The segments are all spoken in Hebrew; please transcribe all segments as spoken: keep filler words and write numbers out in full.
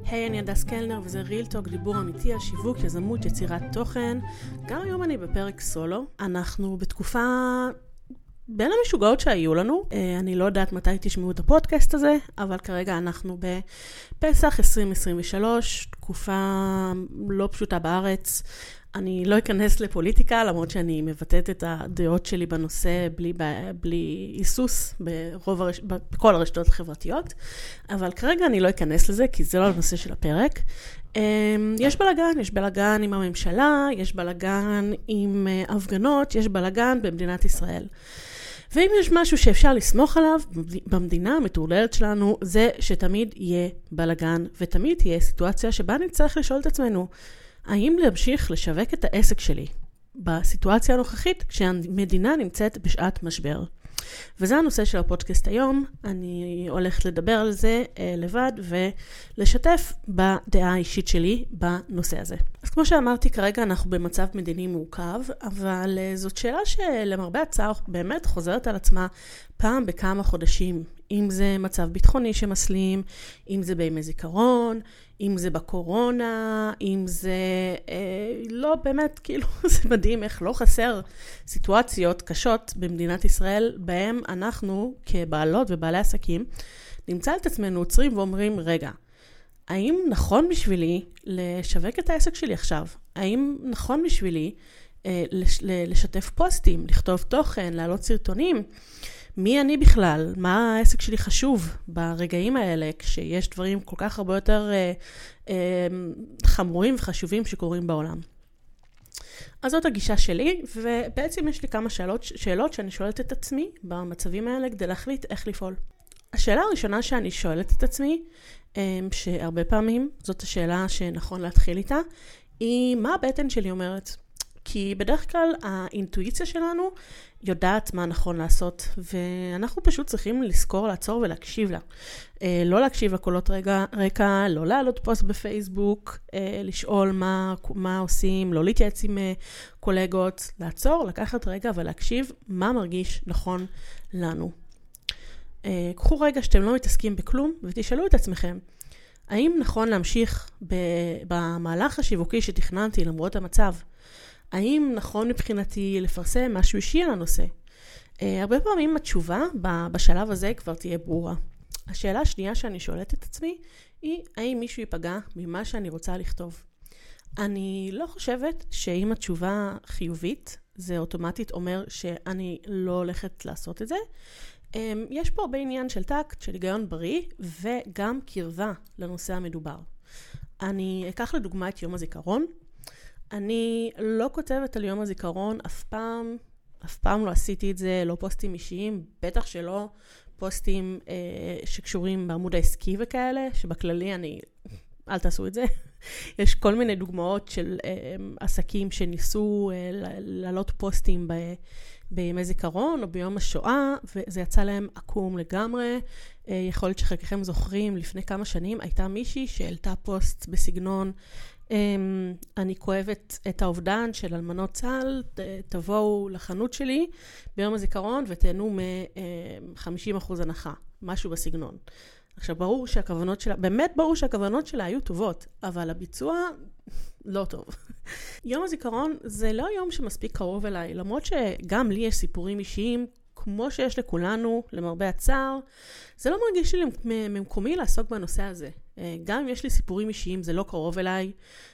היי, אני הדס קלנר וזה ריל טוק, דיבור אמיתי על שיווק, יזמות, יצירת תוכן. גם היום אני בפרק סולו. אנחנו בתקופה בין המשוגעות שהיו לנו. אני לא יודעת מתי תשמעו את הפודקאסט הזה, אבל כרגע אנחנו בפסח עשרים עשרים וסלוש, תקופה לא פשוטה בארץ. אני לא אכנס לפוליטיקה, למרות שאני מבטאת את הדעות שלי בנושא בלי, בלי היסוס ברוב הרש... בכל הרשתות החברתיות, אבל כרגע אני לא אכנס לזה, כי זה לא הנושא של הפרק. יש בלגן, יש בלגן עם הממשלה, יש בלגן עם הפגנות, יש בלגן במדינת ישראל. ואם יש משהו שאפשר לסמוך עליו במדינה המטורללת שלנו, זה שתמיד יהיה בלגן, ותמיד תהיה סיטואציה שבה נצטרך לשאול את עצמנו, האם להמשיך לשווק את העסק שלי בסיטואציה הנוכחית כשהמדינה נמצאת בשעת משבר? וזה הנושא של הפודקאסט היום. אני הולכת לדבר על זה אה, לבד ולשתף בדעה האישית שלי בנושא הזה. אז כמו שאמרתי, כרגע אנחנו במצב מדיני מורכב, אבל אה, זאת שאלה שלמרבה הצער באמת חוזרת על עצמה פעם בכמה חודשים. אם זה מצב ביטחוני שמסלים, אם זה בימי זיכרון, אם זה בקורונה, אם זה אה, לא באמת, כאילו זה מדהים איך לא חסר סיטואציות קשות במדינת ישראל, בהם אנחנו כבעלות ובעלי עסקים נמצא את עצמנו עוצרים ואומרים, רגע, האם נכון בשבילי לשווק את העסק שלי עכשיו? האם נכון בשבילי אה, לש, לשתף פוסטים, לכתוב תוכן, להעלות סרטונים? מי אני בכלל? מה העסק שלי חשוב ברגעים האלה, כשיש דברים כל כך הרבה יותר אה, אה, חמורים וחשובים שקורים בעולם? אז זאת הגישה שלי, ובעצם יש לי כמה שאלות, שאלות שאני שואלת את עצמי במצבים האלה כדי להחליט איך לפעול. השאלה הראשונה שאני שואלת את עצמי, אה, שהרבה פעמים זאת השאלה שנכון להתחיל איתה, היא מה הבטן שלי אומרת? כי בדרך כלל האינטואיציה שלנו יודעת מה נכון לעשות, ואנחנו פשוט צריכים לזכור, לעצור ולהקשיב לה. לא להקשיב לקולות רגע, רקע, לא לעלות פוסט בפייסבוק, לשאול מה, מה עושים, לא להתייעץ עם קולגות, לעצור, לקחת רגע ולהקשיב מה מרגיש נכון לנו. קחו רגע שאתם לא מתעסקים בכלום ותשאלו את עצמכם, האם נכון להמשיך במהלך השיווקי שתכננתי למרות המצב? האם נכון מבחינתי לפרסם משהו אישי על הנושא? Uh, הרבה פעמים התשובה בשלב הזה כבר תהיה ברורה. השאלה השנייה שאני שואלת את עצמי היא, האם מישהו ייפגע ממה שאני רוצה לכתוב? אני לא חושבת שאם התשובה חיובית, זה אוטומטית אומר שאני לא הולכת לעשות את זה. Um, יש פה הרבה עניין של טקט, של היגיון בריא, וגם קרבה לנושא המדובר. אני אקח לדוגמה את יום הזיכרון. אני לא כותבת על יום הזיכרון, אף פעם, אף פעם לא עשיתי את זה, לא פוסטים אישיים, בטח שלא פוסטים אה, שקשורים בעמוד העסקי וכאלה, שבכללי אני, אל תעשו את זה. יש כל מיני דוגמאות של אה, עסקים שניסו אה, לעלות פוסטים ב, בימי זיכרון או ביום השואה, וזה יצא להם עקום לגמרי. אה, יכול להיות שחלקכם זוכרים, לפני כמה שנים הייתה מישהי שהעלתה פוסט בסגנון, אני כואבת את האובדן של אלמנות צה"ל, תבואו לחנות שלי ביום הזיכרון ותהנו מ-חמישים אחוז הנחה, משהו בסגנון. עכשיו ברור שהכוונות שלה, באמת ברור שהכוונות שלה היו טובות, אבל הביצוע לא טוב. יום הזיכרון זה לא יום שמספיק קרוב אליי, למרות שגם לי יש סיפורים אישיים, כמו שיש לכולנו, למרבה הצער, זה לא מרגיש לי ממקומי לעסוק בנושא הזה. גם אם יש לי סיפורים אישיים, זה לא קרוב אליי.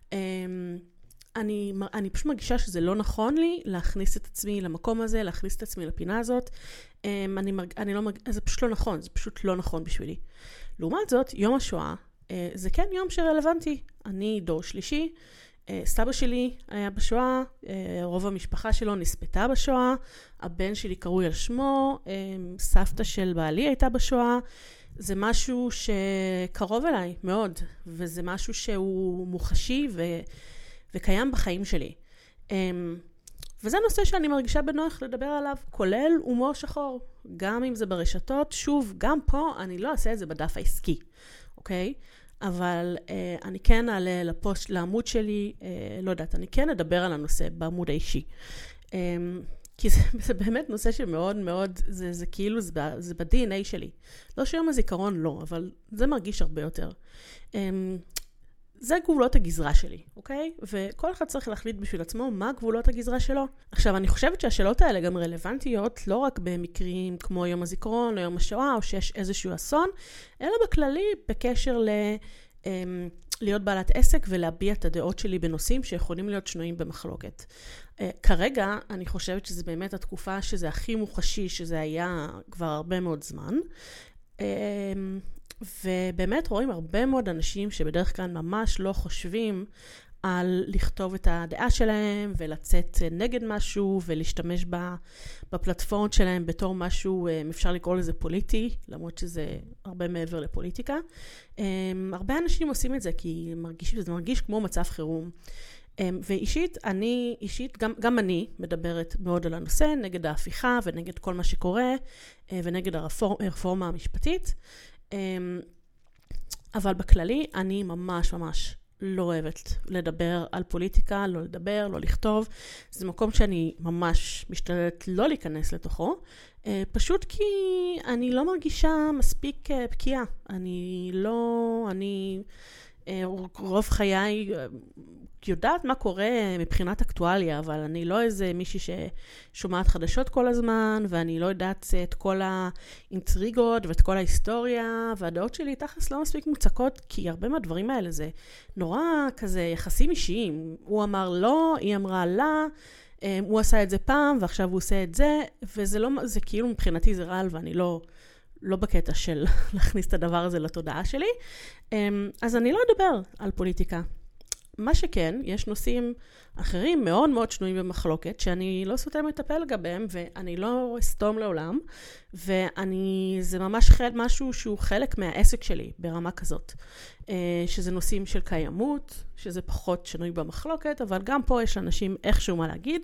אני, אני פשוט מרגישה שזה לא נכון לי להכניס את עצמי למקום הזה, להכניס את עצמי לפינה הזאת. אני, אני לא, זה פשוט לא נכון, זה פשוט לא נכון בשבילי. לעומת זאת, יום השואה, זה כן יום שרלוונטי. אני דור שלישי, סבא שלי היה בשואה, רוב המשפחה שלו נספתה בשואה, הבן שלי קרוי על שמו, סבתא של בעלי הייתה בשואה, זה משהו שקרוב אליי מאוד, וזה משהו שהוא מוחשי ו... וקיים בחיים שלי. וזה נושא שאני מרגישה בנוח לדבר עליו, כולל הומור שחור, גם אם זה ברשתות, שוב, גם פה אני לא אעשה את זה בדף העסקי, אוקיי? אבל אה, אני כן אעלה לפוסט, לעמוד שלי, אה, לא יודעת, אני כן אדבר על הנושא בעמוד האישי. אה, כי זה, זה באמת נושא שמאוד מאוד, זה, זה כאילו, זה, זה ב-די אן איי שלי. לא שיום הזיכרון לא, אבל זה מרגיש הרבה יותר. זה גבולות הגזרה שלי, אוקיי? וכל אחד צריך להחליט בשביל עצמו מה גבולות הגזרה שלו. עכשיו, אני חושבת שהשאלות האלה גם רלוונטיות לא רק במקרים כמו יום הזיכרון או יום השואה, או שיש איזשהו אסון, אלא בכללי בקשר ל... להיות בעלת עסק ולהביע את הדעות שלי בנושאים שיכולים להיות שנויים במחלוקת. כרגע אני חושבת שזה באמת התקופה שזה הכי מוחשי, שזה היה כבר הרבה מאוד זמן. ובאמת רואים הרבה מאוד אנשים שבדרך כלל ממש לא חושבים על לכתוב את הדעה שלהם ולצאת נגד משהו ולהשתמש בפלטפורמות שלהם בתור משהו, אפשר לקרוא לזה פוליטי, למרות שזה הרבה מעבר לפוליטיקה. הרבה אנשים עושים את זה כי מרגיש, זה מרגיש כמו מצב חירום. ואישית, אני, אישית, גם, גם אני מדברת מאוד על הנושא, נגד ההפיכה ונגד כל מה שקורה, ונגד הרפורמה המשפטית. אבל בכללי, אני ממש ממש לא אוהבת לדבר על פוליטיקה, לא לדבר, לא לכתוב. זה מקום שאני ממש משתדלת לא להיכנס לתוכו, פשוט כי אני לא מרגישה מספיק בקיאה. אני לא, אני רוב חיי יודעת מה קורה מבחינת אקטואליה, אבל אני לא איזה מישהי ששומעת חדשות כל הזמן, ואני לא יודעת את כל האינטריגות ואת כל ההיסטוריה, והדעות שלי תכלס לא מספיק מוצקות, כי הרבה מהדברים האלה זה נורא כזה יחסים אישיים. הוא אמר לא, היא אמרה לה, הוא עשה את זה פעם, ועכשיו הוא עושה את זה, וזה לא, זה כאילו מבחינתי זה רעל, ואני לא... לא בקטע של להכניס את הדבר הזה לתודעה שלי. אז אני לא אדבר על פוליטיקה. מה שכן, יש נושאים אחרים מאוד מאוד שנויים במחלוקת, שאני לא סותם את הפה לגביהם, ואני לא אסתום לעולם, ואני, זה ממש חלק, משהו שהוא חלק מהעסק שלי, ברמה כזאת. שזה נושאים של קיימות, שזה פחות שנוי במחלוקת, אבל גם פה יש אנשים איכשהו מה להגיד.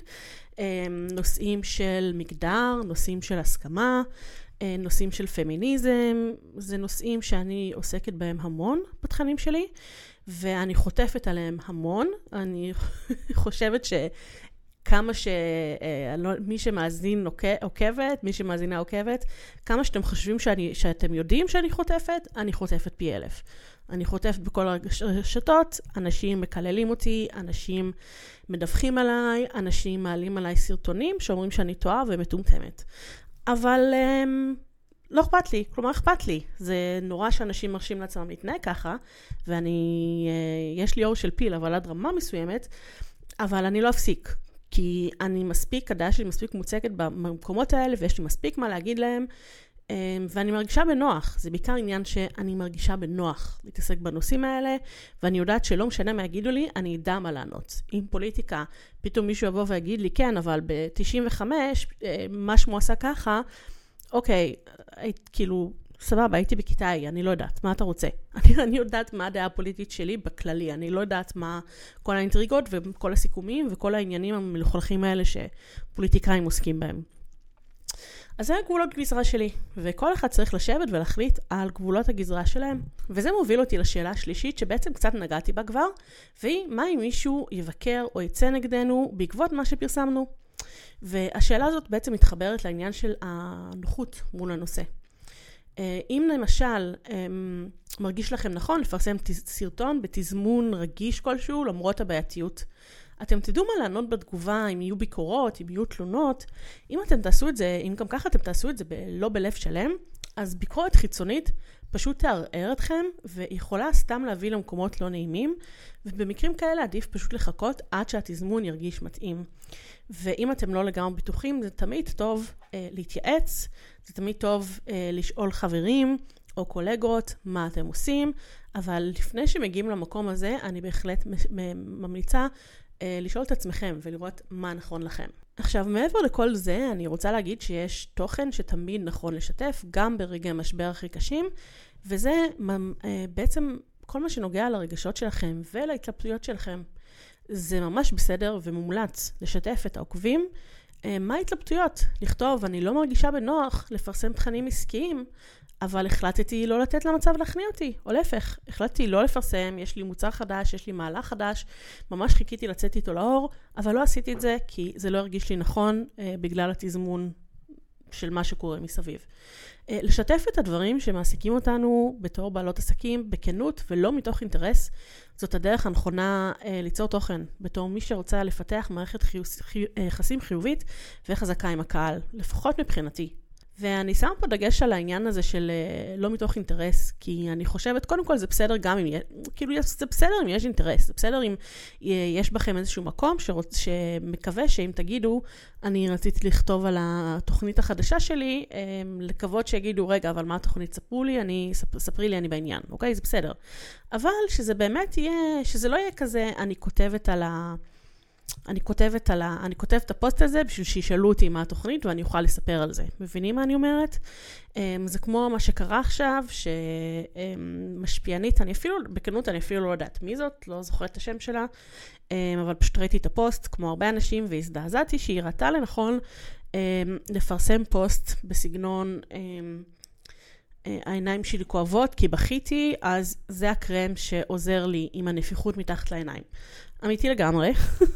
נושאים של מגדר, נושאים של הסכמה, נושאים של פמיניזם, זה נושאים שאני עוסקת בהם המון בתכנים שלי, ואני חוטפת עליהם המון. אני חושבת שכמה שמי שמאזין עוקבת, מי שמאזינה עוקבת, כמה שאתם חושבים שאני, שאתם יודעים שאני חוטפת, אני חוטפת פי אלף. אני חוטפת בכל הרשתות, אנשים מקללים אותי, אנשים מדווחים עליי, אנשים מעלים עליי סרטונים שאומרים שאני טועה ומטומטמת. אבל um, לא אכפת לי, כלומר אכפת לי. זה נורא שאנשים מרשים לעצמם להתנהג ככה, ואני, uh, יש לי אור של פיל, אבל עד רמה מסוימת, אבל אני לא אפסיק, כי אני מספיק, הדעה שלי מספיק מוצקת במקומות האלה, ויש לי מספיק מה להגיד להם, um, ואני מרגישה בנוח. זה בעיקר עניין שאני מרגישה בנוח להתעסק בנושאים האלה, ואני יודעת שלא משנה מה יגידו לי, אני אדע מה לענות. עם פוליטיקה, פתאום מישהו יבוא ויגיד לי, כן, אבל ב-תשעים וחמש, מה שמו עשה ככה, אוקיי, היית, כאילו, סבבה, הייתי בכיתה, אני לא יודעת, מה אתה רוצה? אני, אני יודעת מה הדעה הפוליטית שלי בכללי, אני לא יודעת מה כל האינטריגות וכל הסיכומים וכל העניינים המלוכלכים האלה שפוליטיקאים עוסקים בהם. אז זה הגבולות גזרה שלי, וכל אחד צריך לשבת ולהחליט על גבולות הגזרה שלהם. וזה מוביל אותי לשאלה השלישית, שבעצם קצת נגעתי בה כבר, והיא, מה אם מישהו יבקר או יצא נגדנו בעקבות מה שפרסמנו? והשאלה הזאת בעצם מתחברת לעניין של הנוחות מול הנושא. אם למשל מרגיש לכם נכון לפרסם סרטון בתזמון רגיש כלשהו, למרות הבעייתיות, אתם תדעו מה לענות בתגובה, אם יהיו ביקורות, אם יהיו תלונות. אם אתם תעשו את זה, אם גם ככה אתם תעשו את זה ב- לא בלב שלם, אז ביקורת חיצונית פשוט תערער אתכם, ויכולה סתם להביא למקומות לא נעימים, ובמקרים כאלה עדיף פשוט לחכות עד שהתזמון ירגיש מתאים. ואם אתם לא לגמרי בטוחים, זה תמיד טוב אה, להתייעץ, זה תמיד טוב אה, לשאול חברים או קולגות מה אתם עושים, אבל לפני שמגיעים למקום הזה, אני בהחלט ממליצה לשאול את עצמכם ולראות מה נכון לכם. עכשיו, מעבר לכל זה, אני רוצה להגיד שיש תוכן שתמיד נכון לשתף, גם ברגעי משבר הכי קשים, וזה בעצם כל מה שנוגע לרגשות שלכם ולהתלבטויות שלכם. זה ממש בסדר ומומלץ לשתף את העוקבים. מה ההתלבטויות? לכתוב, אני לא מרגישה בנוח לפרסם תכנים עסקיים, אבל החלטתי לא לתת למצב להכניע אותי, או להפך, החלטתי לא לפרסם, יש לי מוצר חדש, יש לי מהלך חדש, ממש חיכיתי לצאת איתו לאור, אבל לא עשיתי את זה כי זה לא הרגיש לי נכון אה, בגלל התזמון של מה שקורה מסביב. לשתף את הדברים שמעסיקים אותנו בתור בעלות עסקים בכנות ולא מתוך אינטרס, זאת הדרך הנכונה ליצור תוכן, בתור מי שרוצה לפתח מערכת יחסים חיובית וחזקה עם הקהל, לפחות מבחינתי. ואני שמה פה דגש על העניין הזה של לא מתוך אינטרס, כי אני חושבת, קודם כל זה בסדר גם אם, כאילו זה בסדר אם יש אינטרס, זה בסדר אם יש בכם איזשהו מקום שרוצ, שמקווה שאם תגידו, אני רציתי לכתוב על התוכנית החדשה שלי, לקוות שיגידו, רגע, אבל מה התוכנית? ספרו לי, אני, ספרי לי, אני בעניין, אוקיי? זה בסדר. אבל שזה באמת יהיה, שזה לא יהיה כזה, אני כותבת על ה... אני כותבת על ה... אני כותבת את הפוסט הזה בשביל שישאלו אותי מה התוכנית ואני אוכל לספר על זה. מבינים מה אני אומרת? זה כמו מה שקרה עכשיו, שמשפיענית, אני אפילו, בכנות אני אפילו לא יודעת מי זאת, לא זוכרת את השם שלה, אבל פשוט ראיתי את הפוסט כמו הרבה אנשים והזדעזעתי שהיא ראתה לנכון לפרסם פוסט בסגנון העיניים שלי כואבות כי בכיתי, אז זה הקרם שעוזר לי עם הנפיחות מתחת לעיניים. אמיתי לגמרי.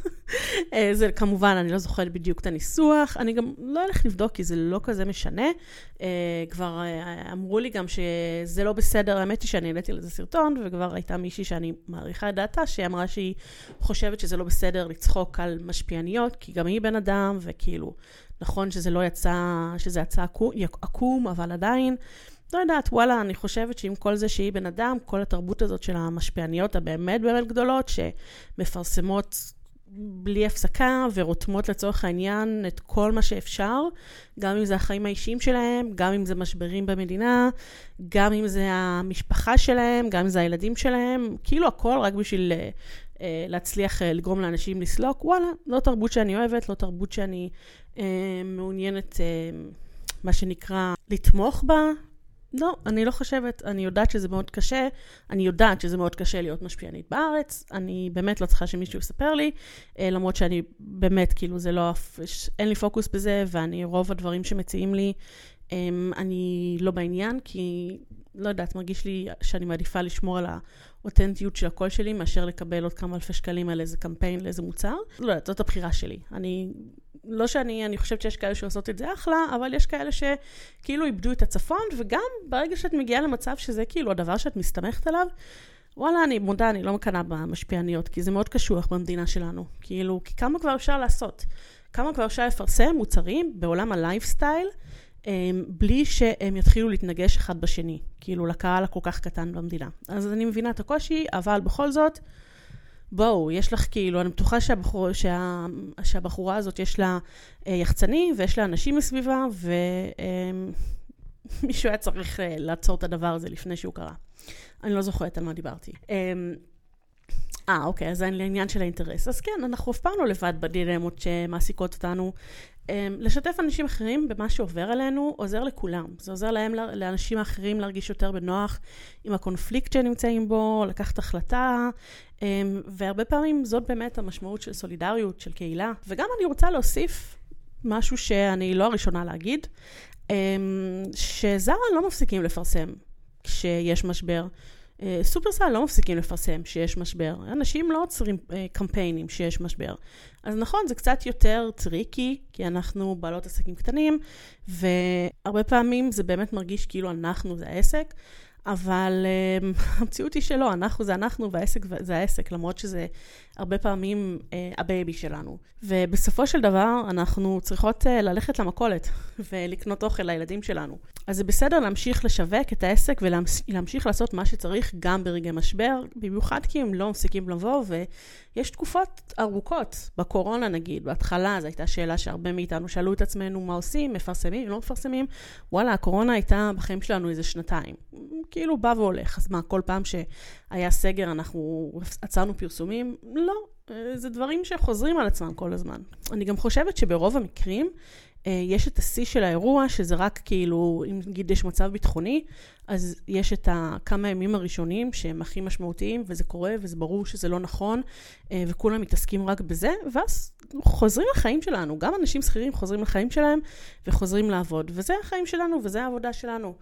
זה כמובן, אני לא זוכרת בדיוק את הניסוח, אני גם לא הולך לבדוק כי זה לא כזה משנה. כבר אמרו לי גם שזה לא בסדר, האמת היא שאני העליתי לזה סרטון, וכבר הייתה מישהי שאני מעריכה את דעתה, שהיא אמרה שהיא חושבת שזה לא בסדר לצחוק על משפיעניות, כי גם היא בן אדם, וכאילו, נכון שזה לא יצא, שזה יצא עקום, אבל עדיין, לא יודעת, וואלה, אני חושבת שעם כל זה שהיא בן אדם, כל התרבות הזאת של המשפיעניות הבאמת באמת גדולות, שמפרסמות בלי הפסקה ורותמות לצורך העניין את כל מה שאפשר, גם אם זה החיים האישיים שלהם, גם אם זה משברים במדינה, גם אם זה המשפחה שלהם, גם אם זה הילדים שלהם, כאילו הכל רק בשביל אה, להצליח אה, לגרום לאנשים לסלוק. וואלה, לא תרבות שאני אוהבת, לא תרבות שאני אה, מעוניינת, אה, מה שנקרא, לתמוך בה. לא, אני לא חושבת, אני יודעת שזה מאוד קשה, אני יודעת שזה מאוד קשה להיות משפיענית בארץ, אני באמת לא צריכה שמישהו יספר לי, למרות שאני באמת, כאילו זה לא, אין לי פוקוס בזה, ואני רוב הדברים שמציעים לי, אני לא בעניין, כי לא יודעת, מרגיש לי שאני מעדיפה לשמור על האותנטיות של הקול שלי, מאשר לקבל עוד כמה אלפי שקלים על איזה קמפיין, לאיזה מוצר. לא יודעת, זאת הבחירה שלי. אני... לא שאני, אני חושבת שיש כאלה שעושות את זה אחלה, אבל יש כאלה שכאילו איבדו את הצפון, וגם ברגע שאת מגיעה למצב שזה כאילו הדבר שאת מסתמכת עליו, וואלה, אני מודה, אני לא מקנה במשפיעניות, כי זה מאוד קשוח במדינה שלנו. כאילו, כי כמה כבר אפשר לעשות? כמה כבר אפשר לפרסם מוצרים בעולם הלייפסטייל, בלי שהם יתחילו להתנגש אחד בשני, כאילו לקהל הכל כך קטן במדינה. אז אני מבינה את הקושי, אבל בכל זאת, בואו, יש לך כאילו, אני בטוחה שהבחור, שה, שהבחורה הזאת יש לה אה, יחצני, ויש לה אנשים מסביבה, ומישהו היה צריך אה, לעצור את הדבר הזה לפני שהוא קרה. אני לא זוכרת על מה דיברתי. אה, אוקיי, אז זה לעניין של האינטרס. אז כן, אנחנו אף פעם לא לבד בדילמות שמעסיקות אותנו. לשתף אנשים אחרים במה שעובר עלינו עוזר לכולם. זה עוזר להם, לאנשים האחרים להרגיש יותר בנוח עם הקונפליקט שנמצאים בו, לקחת החלטה, והרבה פעמים זאת באמת המשמעות של סולידריות, של קהילה. וגם אני רוצה להוסיף משהו שאני לא הראשונה להגיד, שזרה לא מפסיקים לפרסם כשיש משבר. סופרסל לא מפסיקים לפרסם שיש משבר. אנשים לא עוצרים קמפיינים שיש משבר. אז נכון, זה קצת יותר טריקי, כי אנחנו בעלות עסקים קטנים, והרבה פעמים זה באמת מרגיש כאילו אנחנו זה העסק, אבל uh, המציאות היא שלא, אנחנו זה אנחנו והעסק זה העסק, למרות שזה הרבה פעמים uh, הבייבי שלנו. ובסופו של דבר אנחנו צריכות uh, ללכת למכולת ולקנות אוכל לילדים שלנו. אז זה בסדר להמשיך לשווק את העסק ולהמשיך לעשות מה שצריך גם ברגעי משבר, במיוחד כי הם לא מפסיקים לבוא, ויש תקופות ארוכות, בקורונה נגיד, בהתחלה זו הייתה שאלה שהרבה מאיתנו שאלו את עצמנו מה עושים, מפרסמים, לא מפרסמים, וואלה, הקורונה הייתה בחיים שלנו איזה שנתיים, כאילו בא והולך, אז מה, כל פעם שהיה סגר אנחנו עצרנו פרסומים? לא, זה דברים שחוזרים על עצמם כל הזמן. אני גם חושבת שברוב המקרים, יש את השיא של האירוע, שזה רק כאילו, אם נגיד יש מצב ביטחוני, אז יש את כמה ימים הראשונים שהם הכי משמעותיים, וזה קורה, וזה ברור שזה לא נכון, וכולם מתעסקים רק בזה, ואז חוזרים לחיים שלנו. גם אנשים שכירים חוזרים לחיים שלהם, וחוזרים לעבוד. וזה החיים שלנו, וזה העבודה שלנו.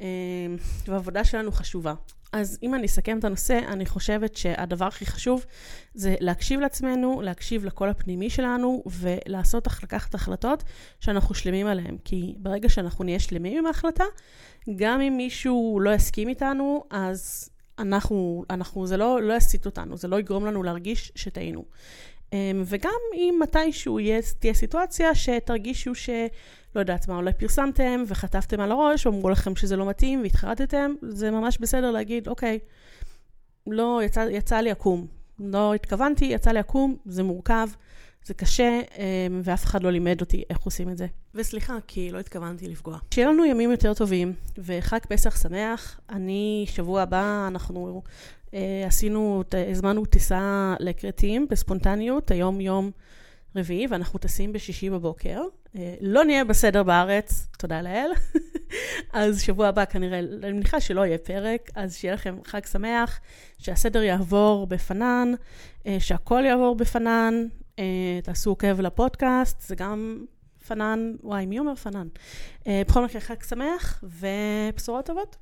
והעבודה שלנו חשובה. אז אם אני אסכם את הנושא, אני חושבת שהדבר הכי חשוב זה להקשיב לעצמנו, להקשיב לקול הפנימי שלנו, ולעשות, לקחת החלטות שאנחנו שלמים עליהן. כי ברגע שאנחנו נהיה שלמים עם ההחלטה, גם אם מישהו לא יסכים איתנו, אז אנחנו, אנחנו, זה לא, לא יסיט אותנו, זה לא יגרום לנו להרגיש שטעינו. וגם אם מתישהו תהיה סיטואציה שתרגישו ש... לא יודעת מה, אולי פרסמתם וחטפתם על הראש, ואמרו לכם שזה לא מתאים והתחרטתם, זה ממש בסדר להגיד, אוקיי, לא, יצא, יצא לי עקום. לא התכוונתי, יצא לי עקום, זה מורכב, זה קשה, ואף אחד לא לימד אותי איך עושים את זה. וסליחה, כי לא התכוונתי לפגוע. שיהיה לנו ימים יותר טובים, וחג פסח שמח. אני, שבוע הבא, אנחנו אה, עשינו, הזמנו טיסה לקרטים בספונטניות, היום יום רביעי, ואנחנו טסים בשישי בבוקר. אה, לא נהיה בסדר בארץ, תודה לאל. אז שבוע הבא כנראה, אני מניחה שלא יהיה פרק, אז שיהיה לכם חג שמח, שהסדר יעבור בפנן, אה, שהכל יעבור בפנן, אה, תעשו עוקב לפודקאסט, זה גם פנן, וואי, מי אומר פנן? אה, בכל מקרה חג שמח ובשורות טובות.